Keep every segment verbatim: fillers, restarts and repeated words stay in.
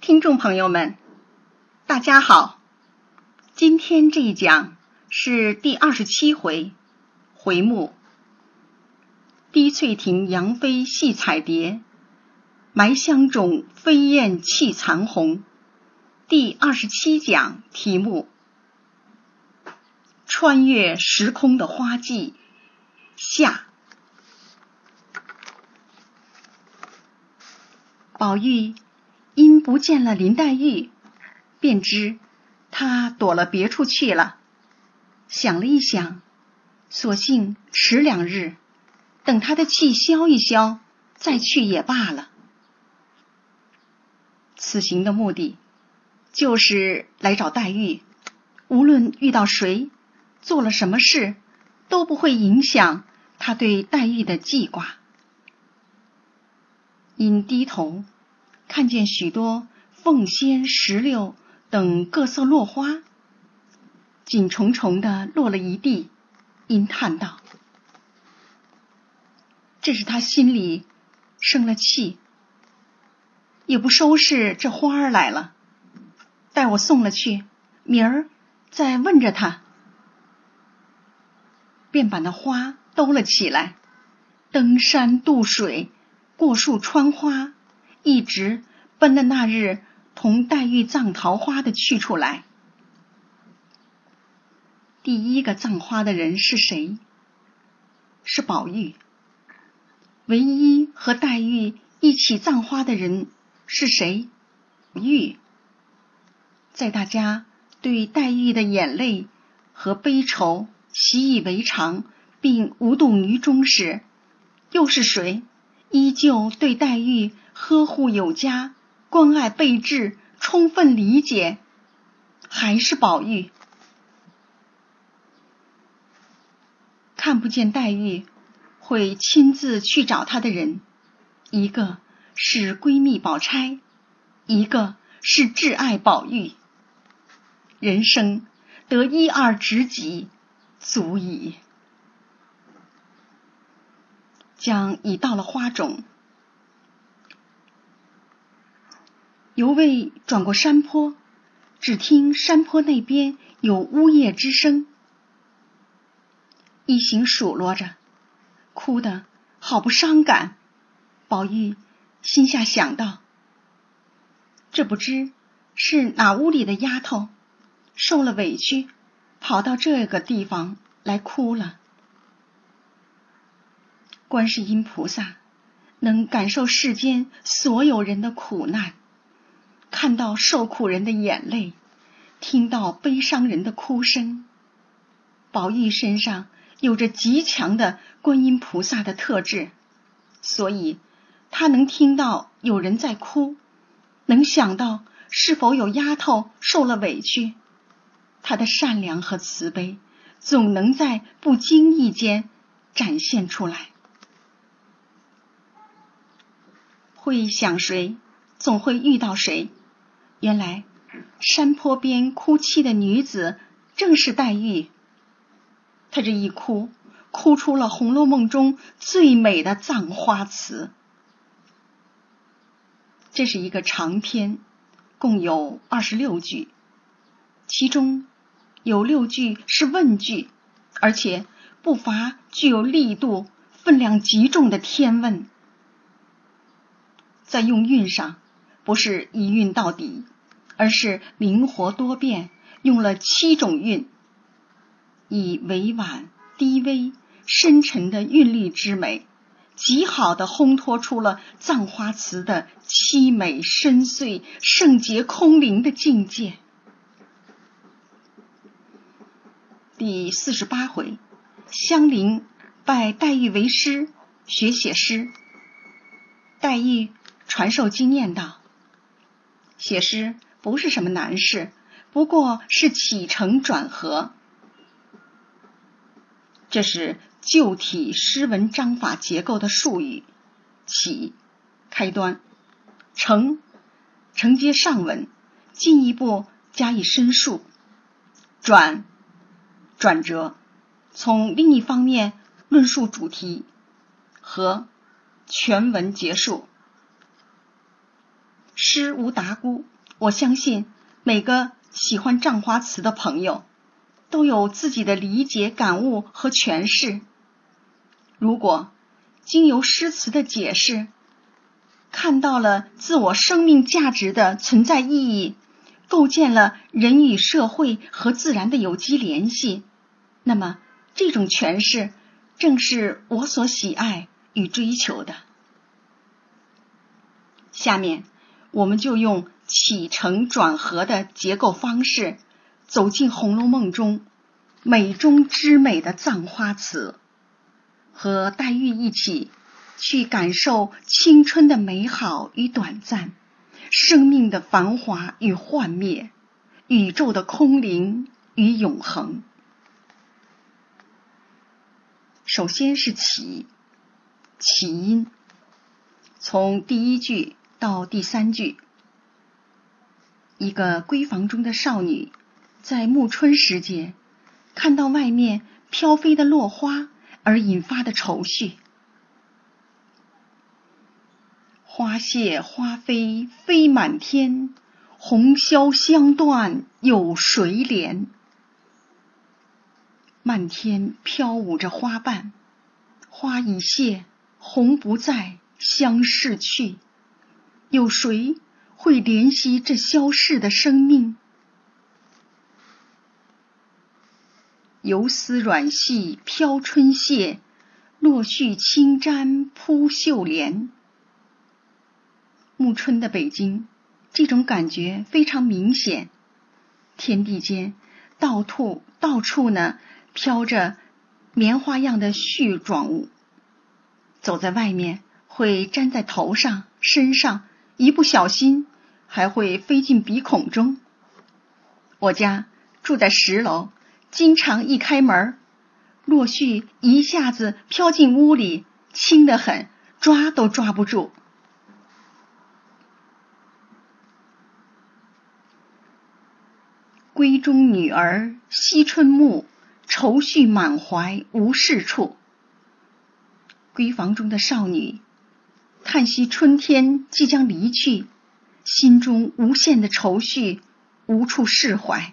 听众朋友们，大家好。今天这一讲是第二十七回，回目滴翠亭杨妃戏彩蝶，埋香冢飞燕泣残红。第二十七讲题目穿越时空的花季下。宝玉因不见了林黛玉，便知她躲了别处去了。想了一想，索性迟两日，等她的气消一消，再去也罢了。此行的目的就是来找黛玉，无论遇到谁，做了什么事，都不会影响他对黛玉的记挂。因低头看见许多凤仙、石榴等各色落花，紧重重地落了一地，因叹道：这是他心里生了气，也不收拾这花儿来了，待我送了去，明儿再问着他。便把那花兜了起来，登山渡水，过树穿花，一直奔了那日同黛玉葬桃花的去处来。第一个葬花的人是谁？是宝玉。唯一和黛玉一起葬花的人是谁？玉。在大家对黛玉的眼泪和悲愁习以为常，并无动于衷时，又是谁依旧对黛玉呵护有加，关爱备至，充分理解？还是宝玉。看不见黛玉会亲自去找她的人，一个是闺蜜宝钗，一个是挚爱宝玉。人生得一二知己，足矣。将已到了花冢，犹未转过山坡，只听山坡那边有呜咽之声，一行数落着，哭得好不伤感。宝玉心下想到，这不知是哪屋里的丫头受了委屈，跑到这个地方来哭了。观世音菩萨能感受世间所有人的苦难，看到受苦人的眼泪，听到悲伤人的哭声。宝玉身上有着极强的观音菩萨的特质，所以他能听到有人在哭，能想到是否有丫头受了委屈，他的善良和慈悲总能在不经意间展现出来。会想谁，总会遇到谁。原来山坡边哭泣的女子正是黛玉。她这一哭，哭出了《红楼梦》中最美的葬花词。这是一个长篇，共有二十六句，其中有六句是问句，而且不乏具有力度、分量极重的天问。在用韵上，不是一韵到底，而是灵活多变，用了七种韵，以委婉、低微、深沉的韵律之美，极好地烘托出了葬花词的凄美深邃、圣洁空灵的境界。第四十八回，香菱拜黛玉为师，学写诗。黛玉传授经验道：写诗不是什么难事，不过是起承转合。这是旧体诗文章法结构的术语。起，开端；承，承接上文，进一步加以申述；转，转折，从另一方面论述主题；和，全文结束。诗无达姑， 我相信每个喜欢葬花词的朋友都有自己的理解、感悟和诠释。如果经由诗词的解释，看到了自我生命价值的存在意义，构建了人与社会和自然的有机联系，那么这种诠释正是我所喜爱与追求的。下面我们就用起承转合的结构方式，走进《红楼梦》中美中之美的葬花词，和黛玉一起去感受青春的美好与短暂，生命的繁华与幻灭，宇宙的空灵与永恒。首先是起，起因，从第一句到第三句，一个闺房中的少女在暮春时节看到外面飘飞的落花而引发的愁绪。花谢花飞飞满天，红消香断有谁怜？漫天飘舞着花瓣，花已谢，红不在，香逝去，有谁会怜惜这消逝的生命？游丝软细飘春榭，落絮轻沾扑绣帘。暮春的北京，这种感觉非常明显，天地间到处到处呢飘着棉花样的絮状物，走在外面会粘在头上身上，一不小心还会飞进鼻孔中。我家住在十楼，经常一开门，落絮一下子飘进屋里，轻得很，抓都抓不住。闺中女儿惜春暮，愁绪满怀无是处。闺房中的少女叹息春天即将离去，心中无限的愁绪，无处释怀。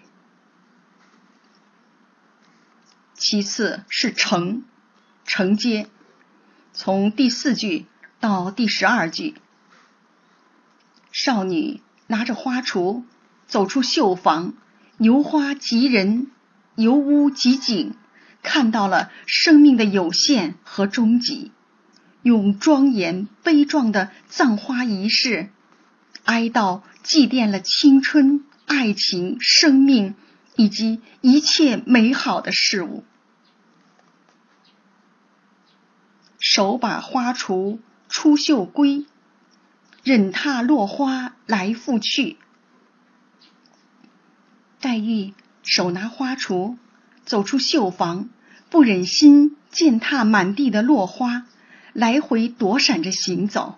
其次是承，承接，从第四句到第十二句，少女拿着花锄走出绣房，由花及人，由屋及景，看到了生命的有限和终极，用庄严悲壮的葬花仪式，哀悼祭奠了青春、爱情、生命以及一切美好的事物。手把花锄出绣归，忍踏落花来复去。黛玉手拿花锄走出绣房，不忍心践踏满地的落花，来回躲闪着行走。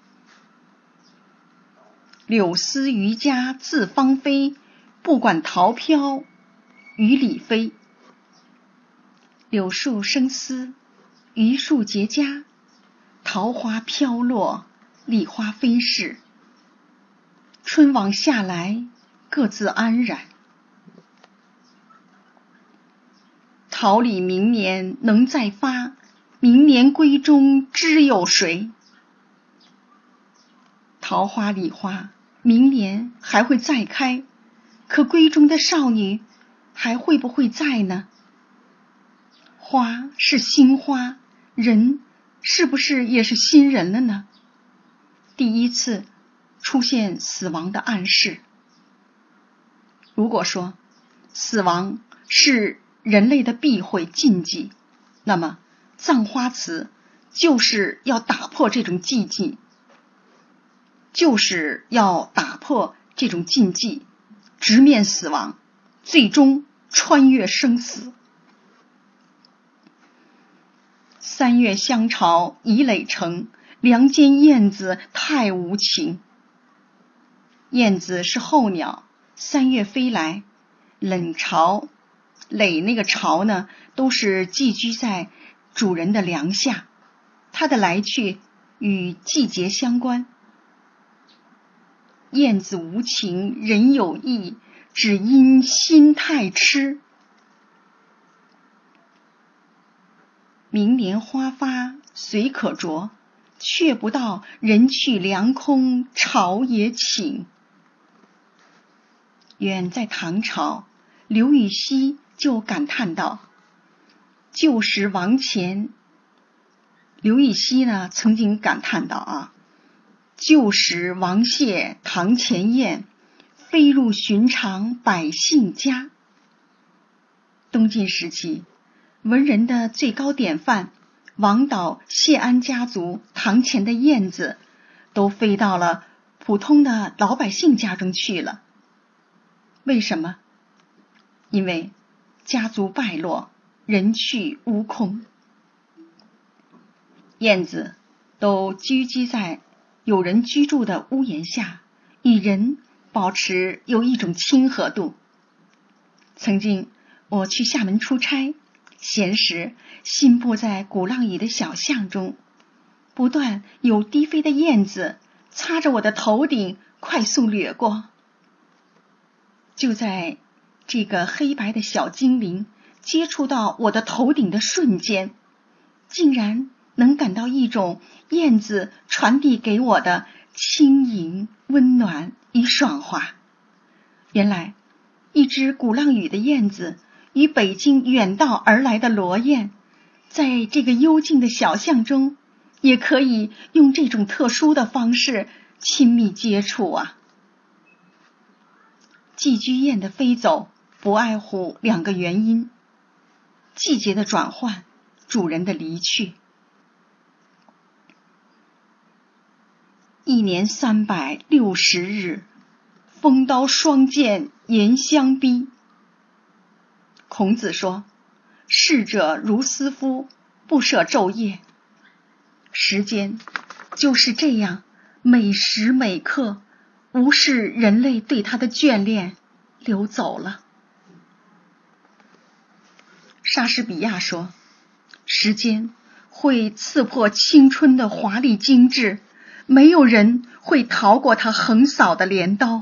柳丝渔家自芳菲，不管桃飘雨里飞。柳树生丝，榆树结葭，桃花飘落，梨花飞逝。春往夏来，各自安然。桃李明年能再发，明年闺中知有谁？桃花梨花明年还会再开，可闺中的少女还会不会在呢？花是新花，人是不是也是新人了呢？第一次出现死亡的暗示。如果说死亡是人类的避讳禁忌，那么葬花词就是要打破这种禁忌，就是要打破这种禁忌，直面死亡，最终穿越生死。三月香巢已垒成，梁间燕子太无情。燕子是候鸟，三月飞来，垒巢垒那个巢呢，都是寄居在主人的梁下，它的来去与季节相关。 燕子无情人有意，只因心太痴。明年花发虽可着，却不到人去凉空朝也寝。远在唐朝，刘禹锡就感叹道：旧时王前，刘禹锡呢曾经感叹道啊，旧时王谢堂前燕，飞入寻常百姓家。东晋时期，文人的最高典范王导、谢安家族堂前的燕子，都飞到了普通的老百姓家中去了。为什么？因为家族败落，人去屋空，燕子都聚集在有人居住的屋檐下，与人保持有一种亲和度。曾经我去厦门出差，闲时信步在鼓浪屿的小巷中，不断有低飞的燕子擦着我的头顶快速掠过。就在这个黑白的小精灵接触到我的头顶的瞬间，竟然能感到一种燕子传递给我的轻盈、温暖与爽滑。原来一只鼓浪屿的燕子与北京远道而来的罗燕，在这个幽静的小巷中也可以用这种特殊的方式亲密接触啊。寄居燕的飞走不外乎两个原因：季节的转换，主人的离去。一年三百六十日，风刀霜剑严相逼。孔子说：逝者如斯夫，不舍昼夜。时间就是这样，每时每刻无视人类对它的眷恋，流走了。莎士比亚说：时间会刺破青春的华丽精致，没有人会逃过它横扫的镰刀。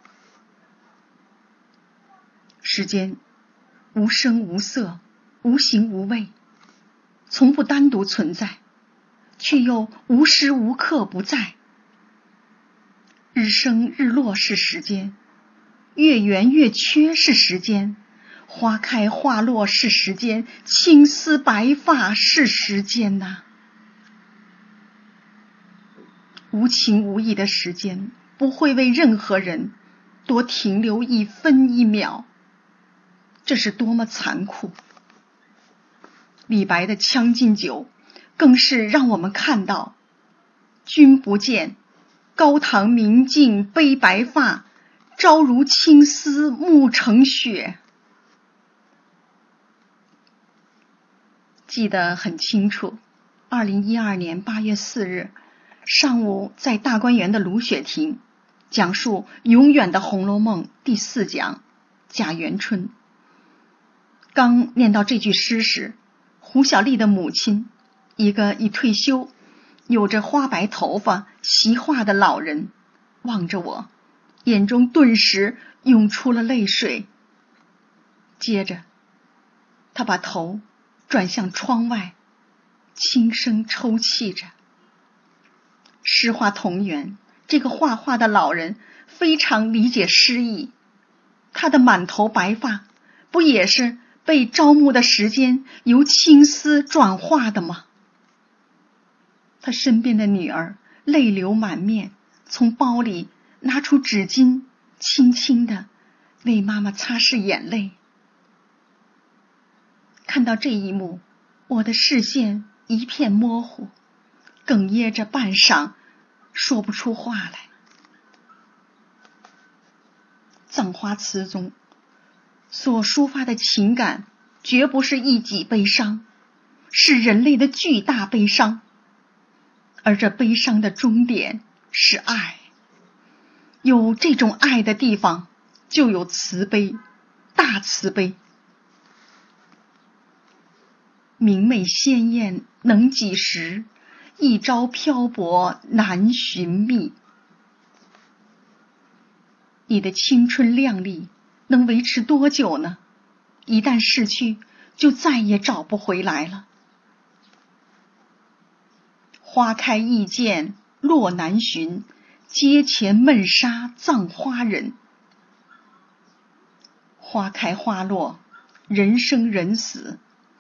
时间无声无色，无形无味，从不单独存在，却又无时无刻不在。日升日落是时间，月圆月缺是时间，花开花落是时间，青丝白发是时间呐、啊。无情无义的时间不会为任何人多停留一分一秒，这是多么残酷！李白的《将进酒》更是让我们看到：君不见，高堂明镜悲白发，朝如青丝暮成雪。记得很清楚，二零一二年八月四日上午，在大观园的卢雪亭讲述永远的《红楼梦》第四讲贾元春。刚念到这句诗时，胡小丽的母亲，一个已退休、有着花白头发、习画的老人，望着我，眼中顿时涌出了泪水。接着，她把头转向窗外，轻声抽泣着。诗画同源，这个画画的老人非常理解诗意，他的满头白发不也是被朝暮的时间由青丝转化的吗？他身边的女儿泪流满面，从包里拿出纸巾，轻轻地为妈妈擦拭眼泪。看到这一幕，我的视线一片模糊，哽咽着半晌，说不出话来。葬花词中所抒发的情感，绝不是一己悲伤，是人类的巨大悲伤，而这悲伤的终点是爱。有这种爱的地方，就有慈悲，大慈悲。明媚鲜艳能几时，一朝漂泊难寻觅。 你的青春靓丽能维持多久呢？一旦逝去，就再也找不回来了。花开易见落难寻，阶前闷杀葬花人。花开花落，人生人死，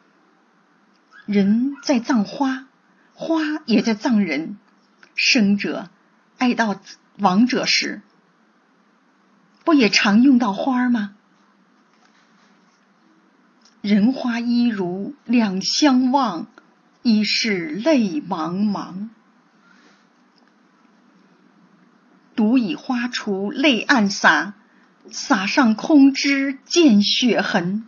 人在葬花，花也在葬人。生者爱悼亡者时，不也常用到花吗？人花一如两相望，已是泪茫茫。独倚花锄泪暗洒，洒上空枝见血痕。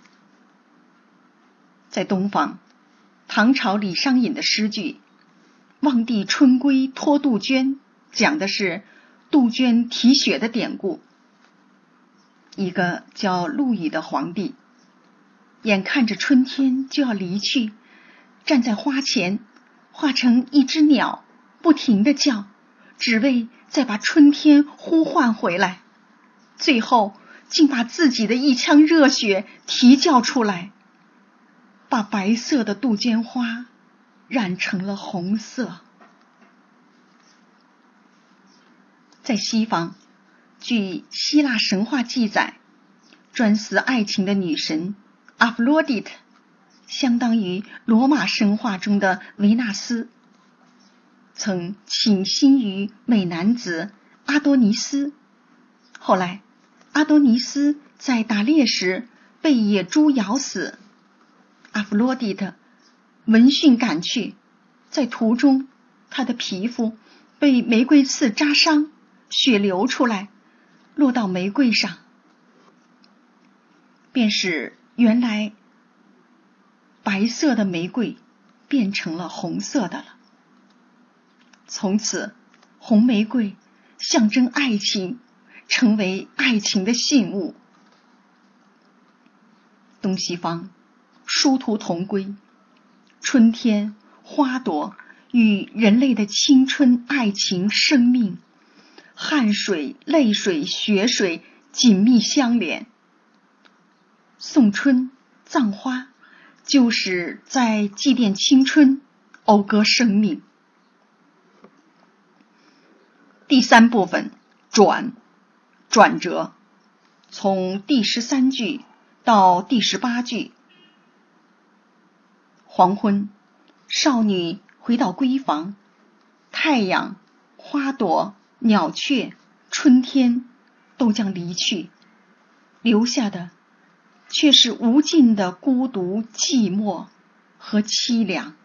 在东方，唐朝李商隐的诗句《望帝春归托杜鹃》讲的是杜鹃啼血的典故。一个叫陆羽的皇帝，眼看着春天就要离去，站在花前，化成一只鸟，不停地叫，只为再把春天呼唤回来。最后竟把自己的一腔热血啼叫出来，把白色的杜鹃花染成了红色。在西方，据希腊神话记载，专司爱情的女神阿弗洛狄特，相当于罗马神话中的维纳斯，曾倾心于美男子阿多尼斯。后来阿多尼斯在打猎时被野猪咬死，阿弗洛狄特闻讯赶去，在途中他的皮肤被玫瑰刺扎伤，血流出来，落到玫瑰上，便使原来白色的玫瑰变成了红色的了。从此，红玫瑰象征爱情，成为爱情的信物。东西方殊途同归，春天花朵与人类的青春、爱情、生命、汗水、泪水、血水紧密相连。送春、葬花，就是在祭奠青春，讴歌生命。第三部分，转转折，从第十三句到第十八句。黄昏，少女回到闺房，太阳、花朵、鸟雀、春天都将离去，留下的却是无尽的孤独、寂寞和凄凉。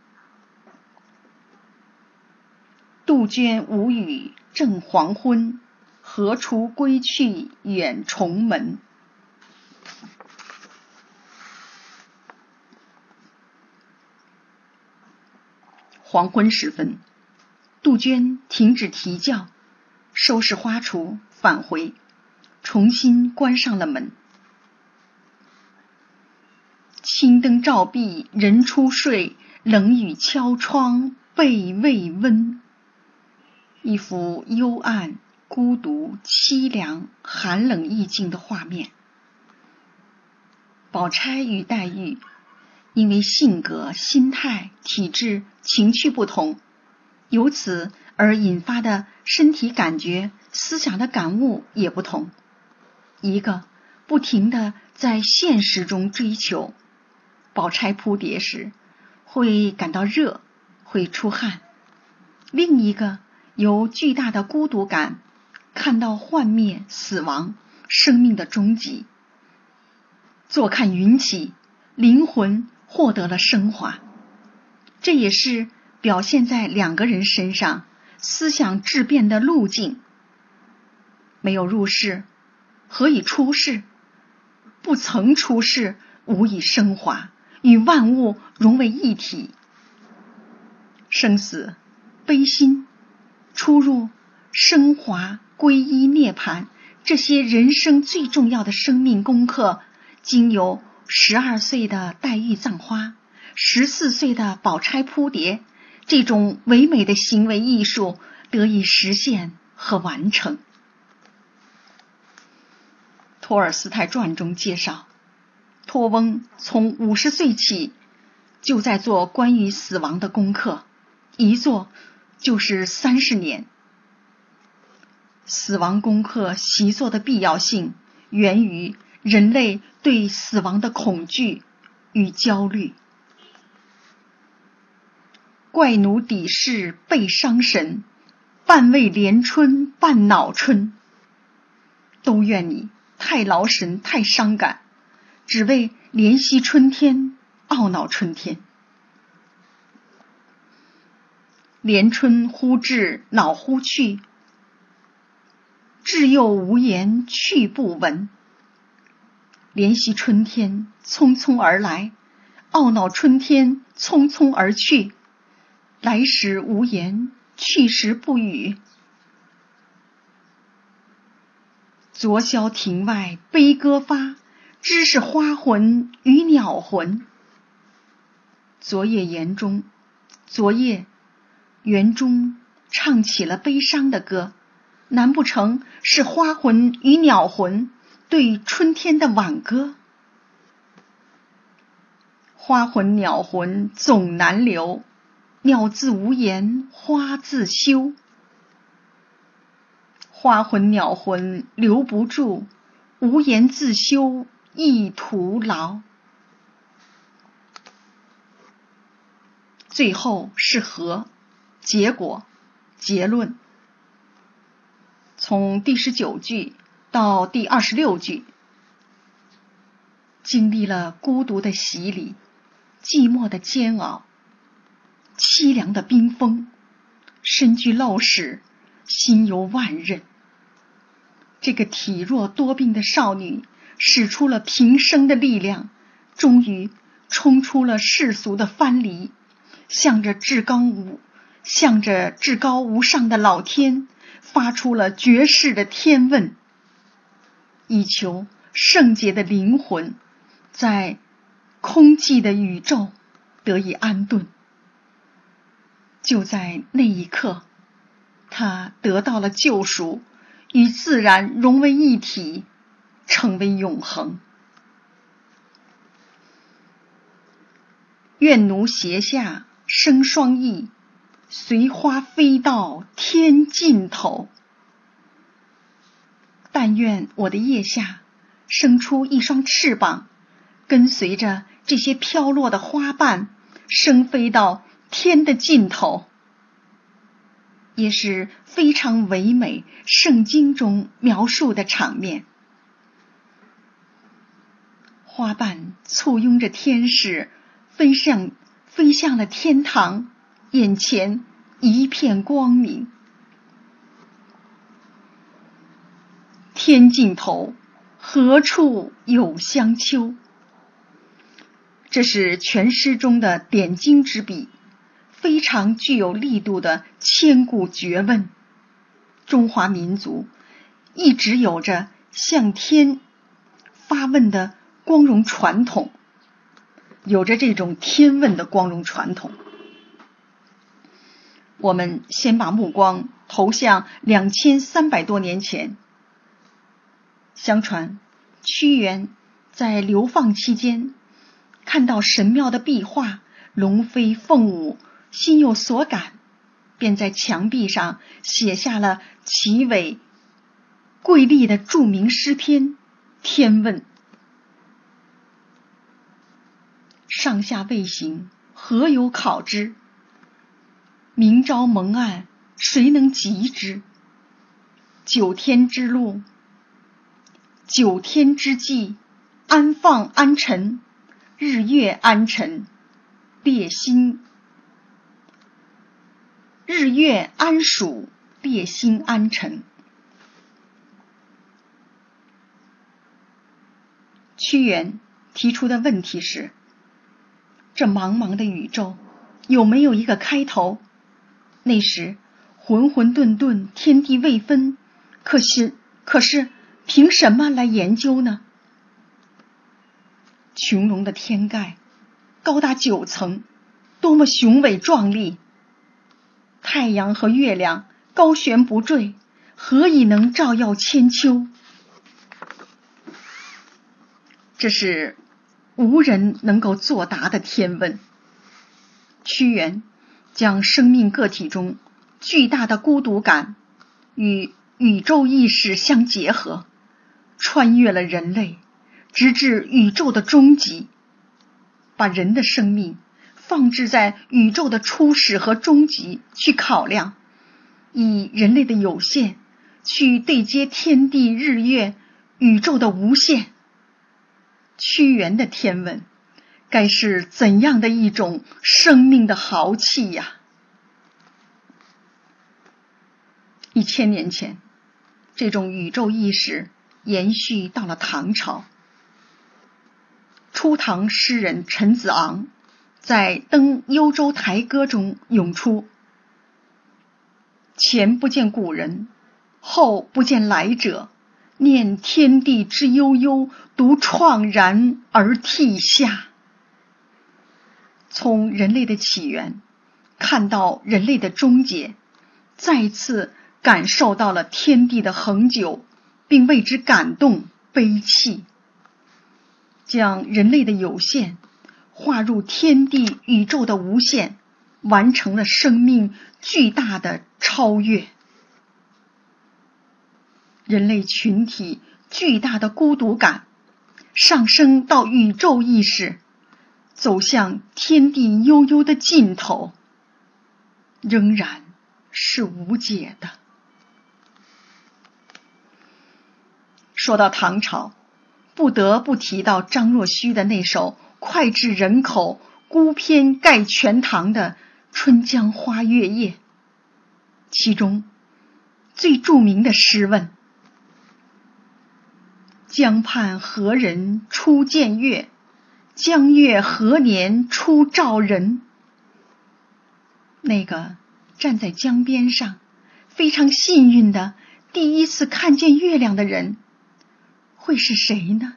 杜鹃无语正黄昏，荷锄归去远重门。黄昏时分，杜鹃停止啼叫，收拾花锄返回，重新关上了门。青灯照壁人初睡，冷雨敲窗被未温。一幅幽暗、孤独、凄凉、寒冷意境的画面。宝钗与黛玉因为性格、心态、体质、情趣不同，由此而引发的身体感觉、思想的感悟也不同。一个不停地在现实中追求，宝钗扑蝶时会感到热，会出汗；另一个由巨大的孤独感看到幻灭、死亡、生命的终极。坐看云起，灵魂获得了升华。这也是表现在两个人身上思想质变的路径。没有入世，何以出世？不曾出世，无以升华，与万物融为一体。生死、悲心、出入、升华、皈依、涅槃，这些人生最重要的生命功课，经由十二岁的黛玉葬花，十四岁的宝钗扑蝶，这种唯美的行为艺术得以实现和完成。 托尔斯泰传中介绍，托翁从五十岁起就在做关于死亡的功课，一做就是三十年。死亡功课习作的必要性源于人类对死亡的恐惧与焦虑。怪奴抵世背伤神，半为连春半恼春。都怨你太劳神太伤感，只为怜惜春天懊恼春天。连春忽至恼忽去，至又无言去不闻。怜惜春天匆匆而来，懊恼春天匆匆而去。来时无言，去时不语。昨宵庭外悲歌发，知是花魂与鸟魂。昨夜园中，昨夜园中唱起了悲伤的歌，难不成是花魂与鸟魂对春天的挽歌？花魂鸟魂总难留，鸟自无言花自羞。花魂鸟魂留不住，无言自羞亦徒劳。最后是和，结果，结论。从第十九句到第二十六句，经历了孤独的洗礼，寂寞的煎熬，凄凉的冰封，身居陋室，心忧万仞。这个体弱多病的少女使出了平生的力量，终于冲出了世俗的藩篱，向着至高无向着至高无上的老天发出了绝世的天问，以求圣洁的灵魂在空寂的宇宙得以安顿。就在那一刻，他得到了救赎，与自然融为一体，成为永恒。愿奴胁下生双翼，随花飞到天尽头。但愿我的腋下生出一双翅膀，跟随着这些飘落的花瓣，升飞到天的尽头。也是非常唯美圣经中描述的场面。花瓣簇拥着天使飞向飞向了天堂，眼前一片光明。天尽头，何处有香丘？这是全诗中的点睛之笔，非常具有力度的千古绝问。中华民族一直有着向天发问的光荣传统，有着这种天问的光荣传统。我们先把目光投向两千三百多年前。相传屈原在流放期间，看到神庙的壁画龙飞凤舞，心有所感，便在墙壁上写下了奇伟瑰丽的著名诗篇《天问》。上下未行，何有考之？明朝蒙暗，谁能及之？九天之路，九天之际，安放安陈，日月安陈，列心日月安属，列心安陈。屈原提出的问题是：这茫茫的宇宙有没有一个开头？那时浑浑沌沌，天地未分，可是可是凭什么来研究呢？穹隆的天盖高达九层，多么雄伟壮丽！太阳和月亮高悬不坠，何以能照耀千秋？ 这是无人能够作答的天问。屈原将生命个体中巨大的孤独感与宇宙意识相结合，穿越了人类，直至宇宙的终极，把人的生命放置在宇宙的初始和终极去考量，以人类的有限去对接天地日月宇宙的无限。屈原的天问该是怎样的一种生命的豪气呀！一千年前，这种宇宙意识延续到了唐朝。初唐诗人陈子昂在《登幽州台歌》中咏出：前不见古人，后不见来者，念天地之悠悠，独怆然而涕下。从人类的起源看到人类的终结，再次感受到了天地的恒久，并为之感动悲泣，将人类的有限化入天地宇宙的无限，完成了生命巨大的超越。人类群体巨大的孤独感上升到宇宙意识，走向天地悠悠的尽头，仍然是无解的。说到唐朝，不得不提到张若虚的那首脍炙人口、孤篇盖全唐的《春江花月夜》，其中最著名的诗问：江畔何人初见月？江月何年初照人？那个站在江边上非常幸运的第一次看见月亮的人会是谁呢？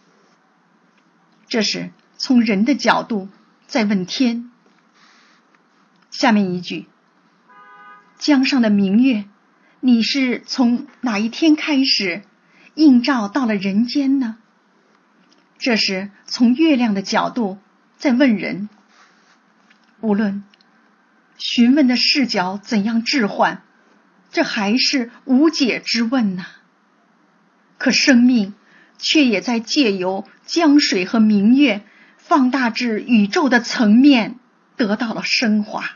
这是从人的角度在问天。下面一句：江上的明月，你是从哪一天开始映照到了人间呢？这是从月亮的角度在问人。无论询问的视角怎样置换，这还是无解之问呐、啊。可生命却也在借由江水和明月放大至宇宙的层面得到了升华。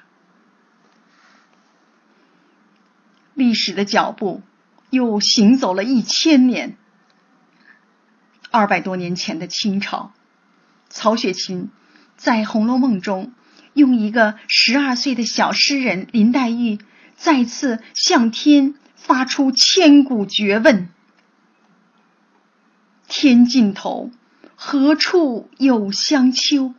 历史的脚步又行走了一千年。二百多年前的清朝，曹雪芹在《红楼梦》中用一个十二岁的小诗人林黛玉再次向天发出千古绝问：天尽头，何处有香丘？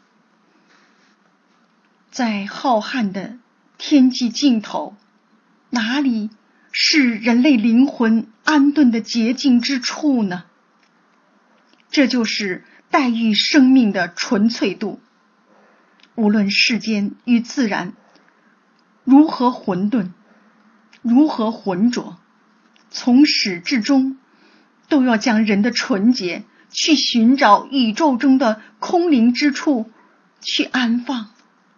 在浩瀚的天际尽头，哪里是人类灵魂安顿的洁净之处呢？这就是黛玉生命的纯粹度。无论世间与自然如何混沌，如何浑浊，从始至终都要将人的纯洁去寻找宇宙中的空灵之处去安放，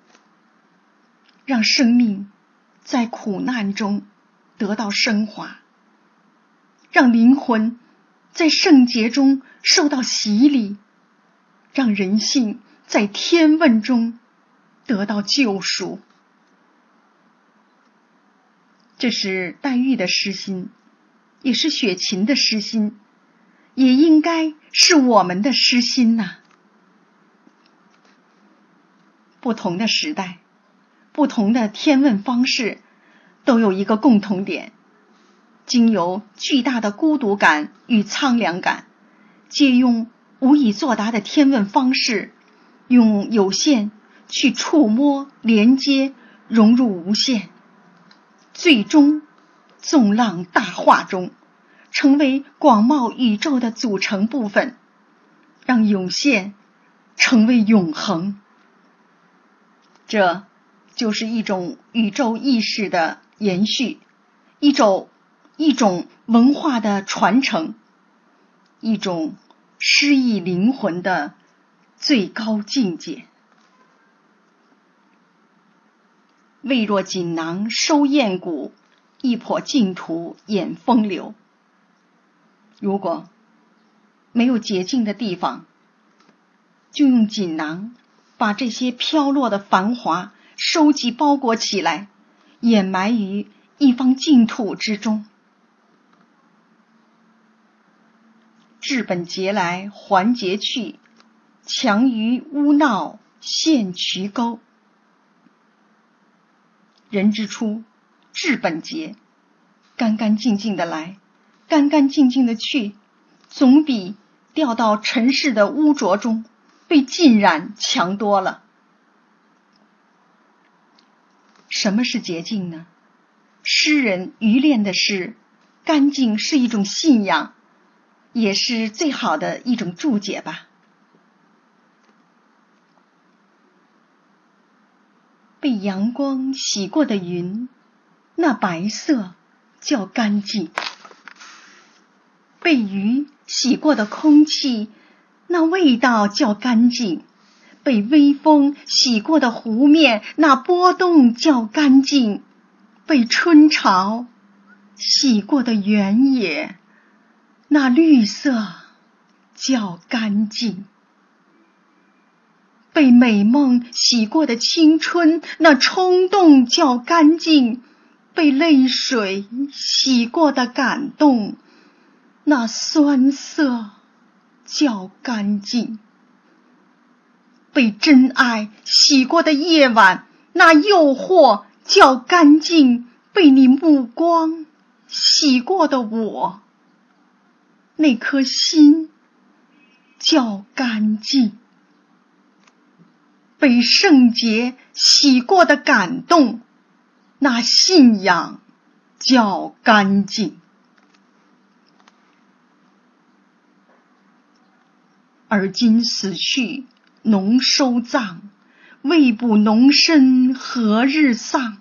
让生命在苦难中得到升华，让灵魂在圣洁中受到洗礼，让人性在天问中得到救赎。这是黛玉的诗心，也是雪芹的诗心，也应该是我们的诗心呐、啊。不同的时代，不同的天问方式，都有一个共同点，经由巨大的孤独感与苍凉感，借用无以作答的天问方式，用有限去触摸、连接、融入无限，最终纵浪大化中成为广袤宇宙的组成部分，让有限成为永恒。这就是一种宇宙意识的延续，一种一种文化的传承，一种诗意灵魂的最高境界。未若锦囊收雁骨，一抔净土掩风流。如果没有洁净的地方，就用锦囊把这些飘落的繁华收集包裹起来，掩埋于一方净土之中。治本节来还节去，强于污闹陷渠沟。人之初，治本节，干干净净的来，干干净净的去，总比掉到尘世的污浊中被浸染强多了。什么是洁净呢？诗人余恋的是，干净是一种信仰，也是最好的一种注解吧。被阳光洗过的云，那白色叫干净；被雨洗过的空气，那味道叫干净；被微风洗过的湖面，那波动叫干净；被春潮洗过的原野，那绿色叫干净；被美梦洗过的青春，那冲动叫干净；被泪水洗过的感动，那酸涩叫干净；被真爱洗过的夜晚，那诱惑叫干净；被你目光洗过的我，那颗心叫干净；被圣洁洗过的感动，那信仰叫干净。而今死去侬收葬，未卜侬身何日丧。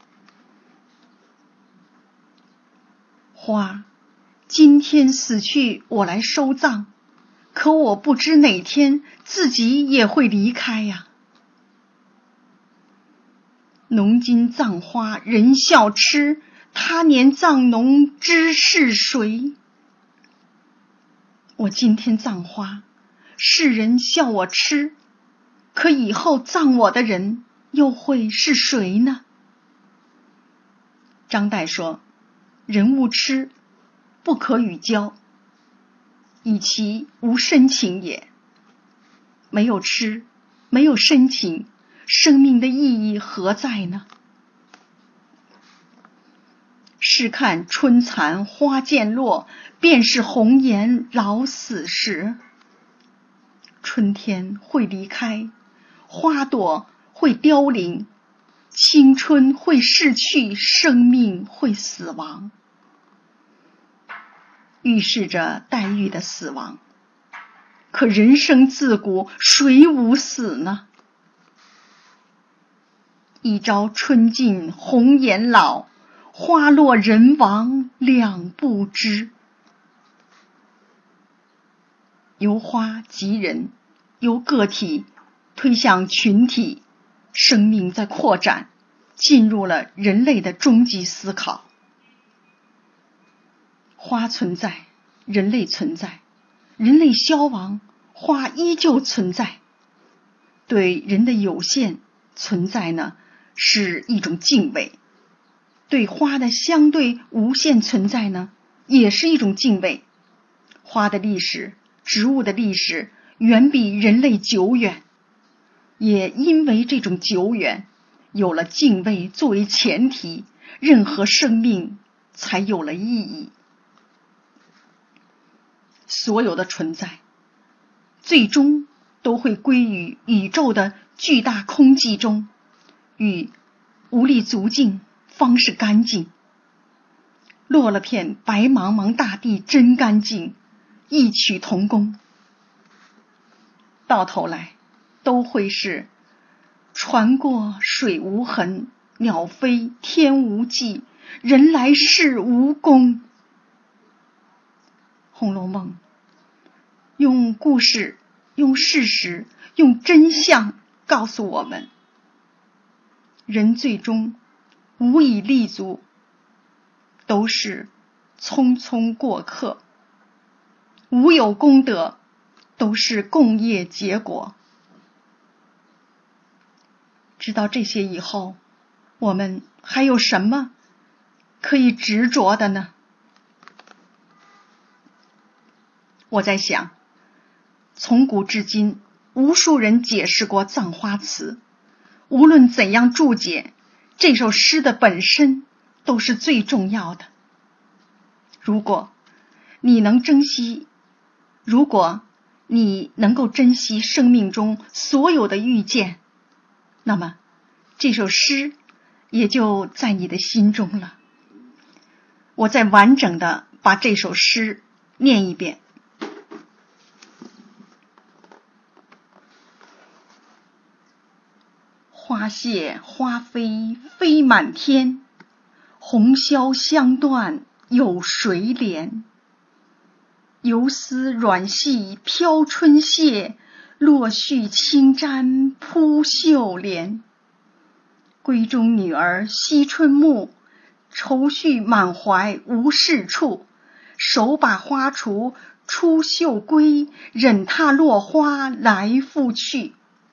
花，今天死去我来收葬，可我不知哪天自己也会离开呀。侬今葬花人笑痴，他年葬侬知是谁？我今天葬花，世人笑我痴，可以后葬我的人又会是谁呢？张岱说，人无痴，不可与交，以其无深情也。没有痴，没有深情，生命的意义何在呢？试看春残花渐落，便是红颜老死时。春天会离开，花朵会凋零，青春会逝去，生命会死亡，预示着黛玉的死亡。可人生自古谁无死呢？一朝春尽红颜老，花落人亡两不知。由花及人，由个体推向群体，生命在扩展，进入了人类的终极思考。花存在，人类存在，人类消亡，花依旧存在。对人的有限存在呢，是一种敬畏；对花的相对无限存在呢，也是一种敬畏。花的历史，植物的历史远比人类久远，也因为这种久远，有了敬畏作为前提，任何生命才有了意义。所有的存在，最终都会归于宇宙的巨大空寂中，与无力足尽方是干净。落了片白茫茫大地真干净，异曲同工。到头来都会是船过水无痕，鸟飞天无迹，人来事无功。红楼梦用故事、用事实、用真相告诉我们，人最终无以立足，都是匆匆过客，无有功德，都是共业结果。知道这些以后，我们还有什么可以执着的呢？我在想，从古至今，无数人解释过《葬花词》，无论怎样注解，这首诗的本身都是最重要的。如果你能珍惜，如果你能够珍惜生命中所有的遇见，那么这首诗也就在你的心中了。我再完整的把这首诗念一遍。花谢花飞飞满天，红消香断有谁怜？游丝软系飘春榭，落絮轻沾扑绣帘。闺中女儿惜春暮，愁绪满怀无是处。手把花锄出绣归，忍踏落花来复去。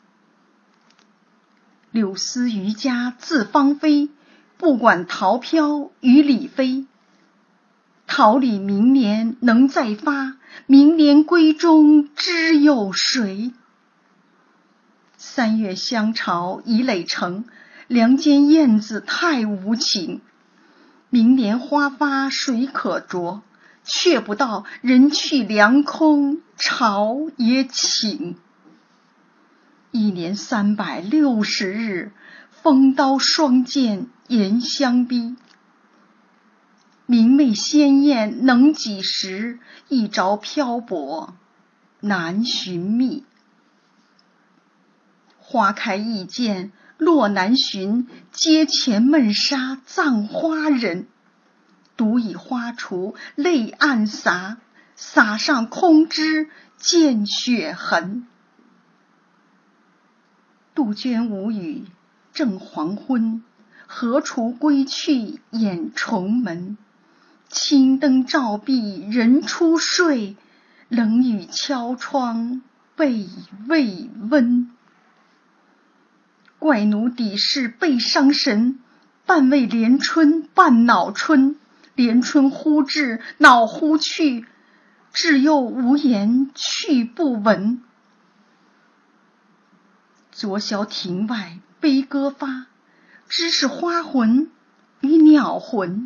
柳丝渔家自芳菲，不管桃飘与李飞。桃李明年能再发，明年闺中知有谁？三月香巢已垒成，梁间燕子太无情。明年花发谁可着？却不到人去凉空，巢也倾。一年三百六十日，风刀霜剑严相逼。明媚鲜艳能几时？一朝漂泊难寻觅。花开易见落难寻，阶前闷杀葬花人。独以花锄泪暗洒，洒上空枝见血痕。杜鹃无语正黄昏，荷锄归去掩重门。青灯照壁人初睡，冷雨敲窗被未温。怪奴抵是背伤神，半为连春半恼春。连春忽至恼忽去，至又无言去不闻。昨宵庭外悲歌发，知是花魂与鸟魂。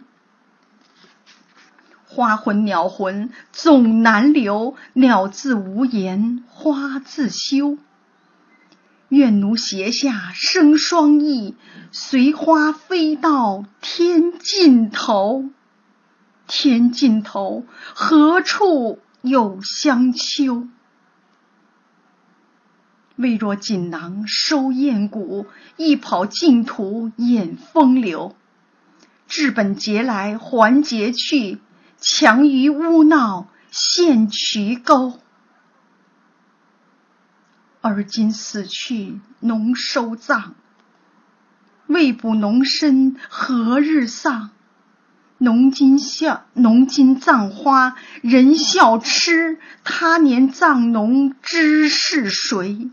花魂鸟魂总难留，鸟自无言花自羞。愿奴胁下生双翼，随花飞到天尽头。天尽头何处有香丘？未若锦囊收雁骨，一跑净土掩风流。治本节来还节去，强于污闹陷渠沟。而今死去农收葬，未卜农身何日丧？农今笑，农今葬花人笑痴，他年葬农知是谁？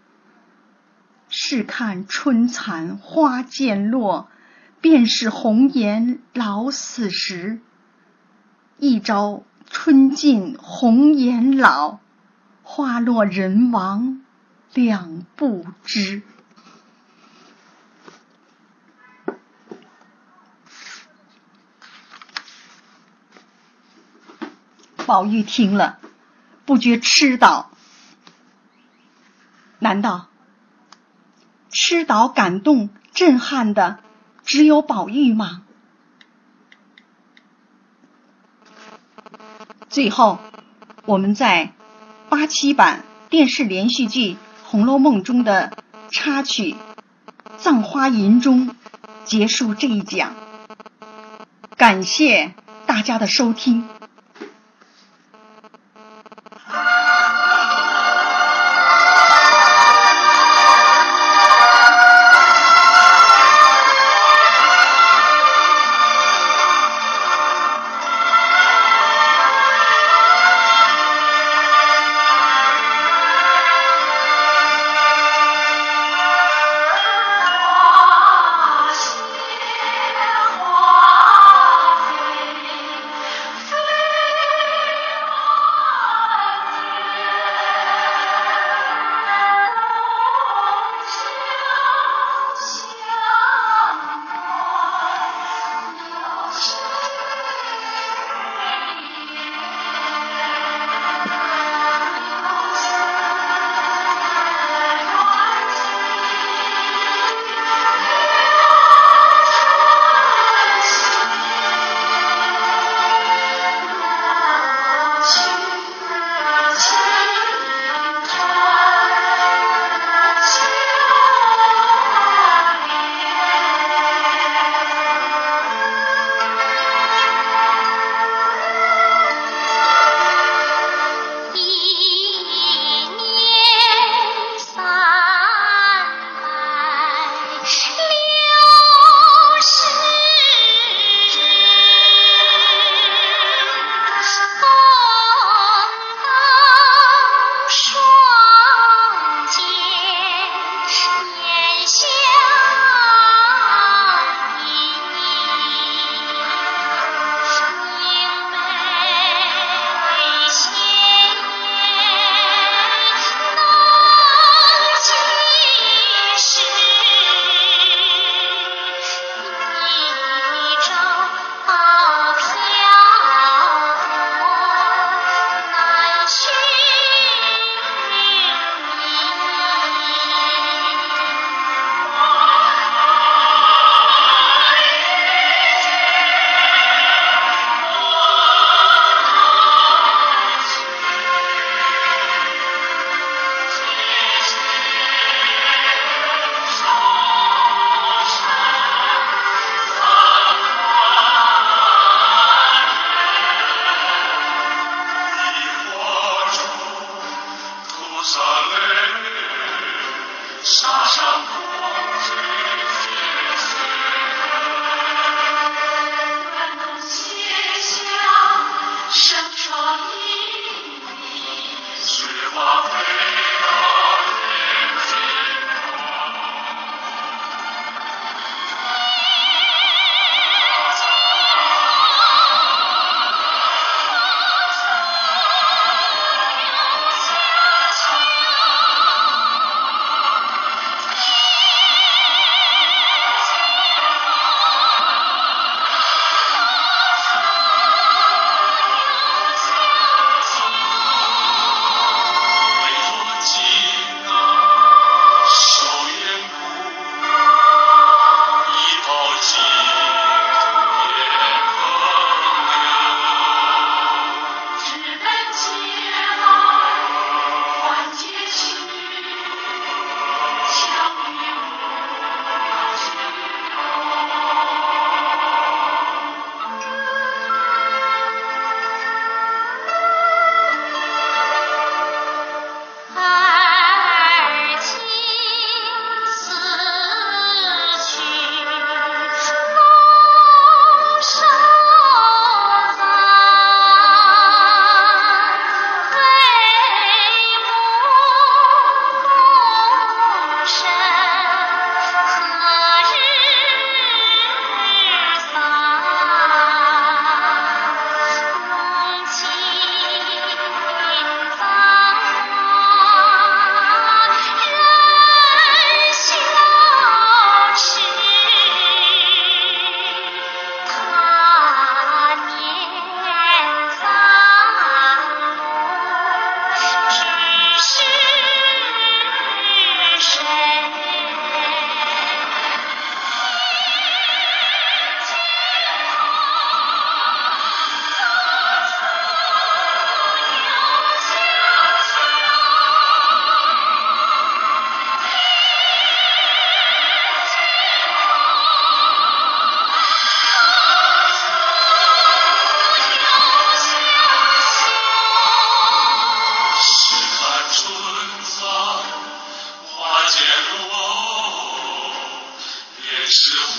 试看春残花渐落，便是红颜老死时。一朝春尽红颜老，花落人亡两不知。宝玉听了，不觉痴倒。难道痴倒感动震撼的只有宝玉吗？最后我们在八七版电视连续剧《红楼梦》中的插曲《葬花吟》中结束这一讲。感谢大家的收听。 时候。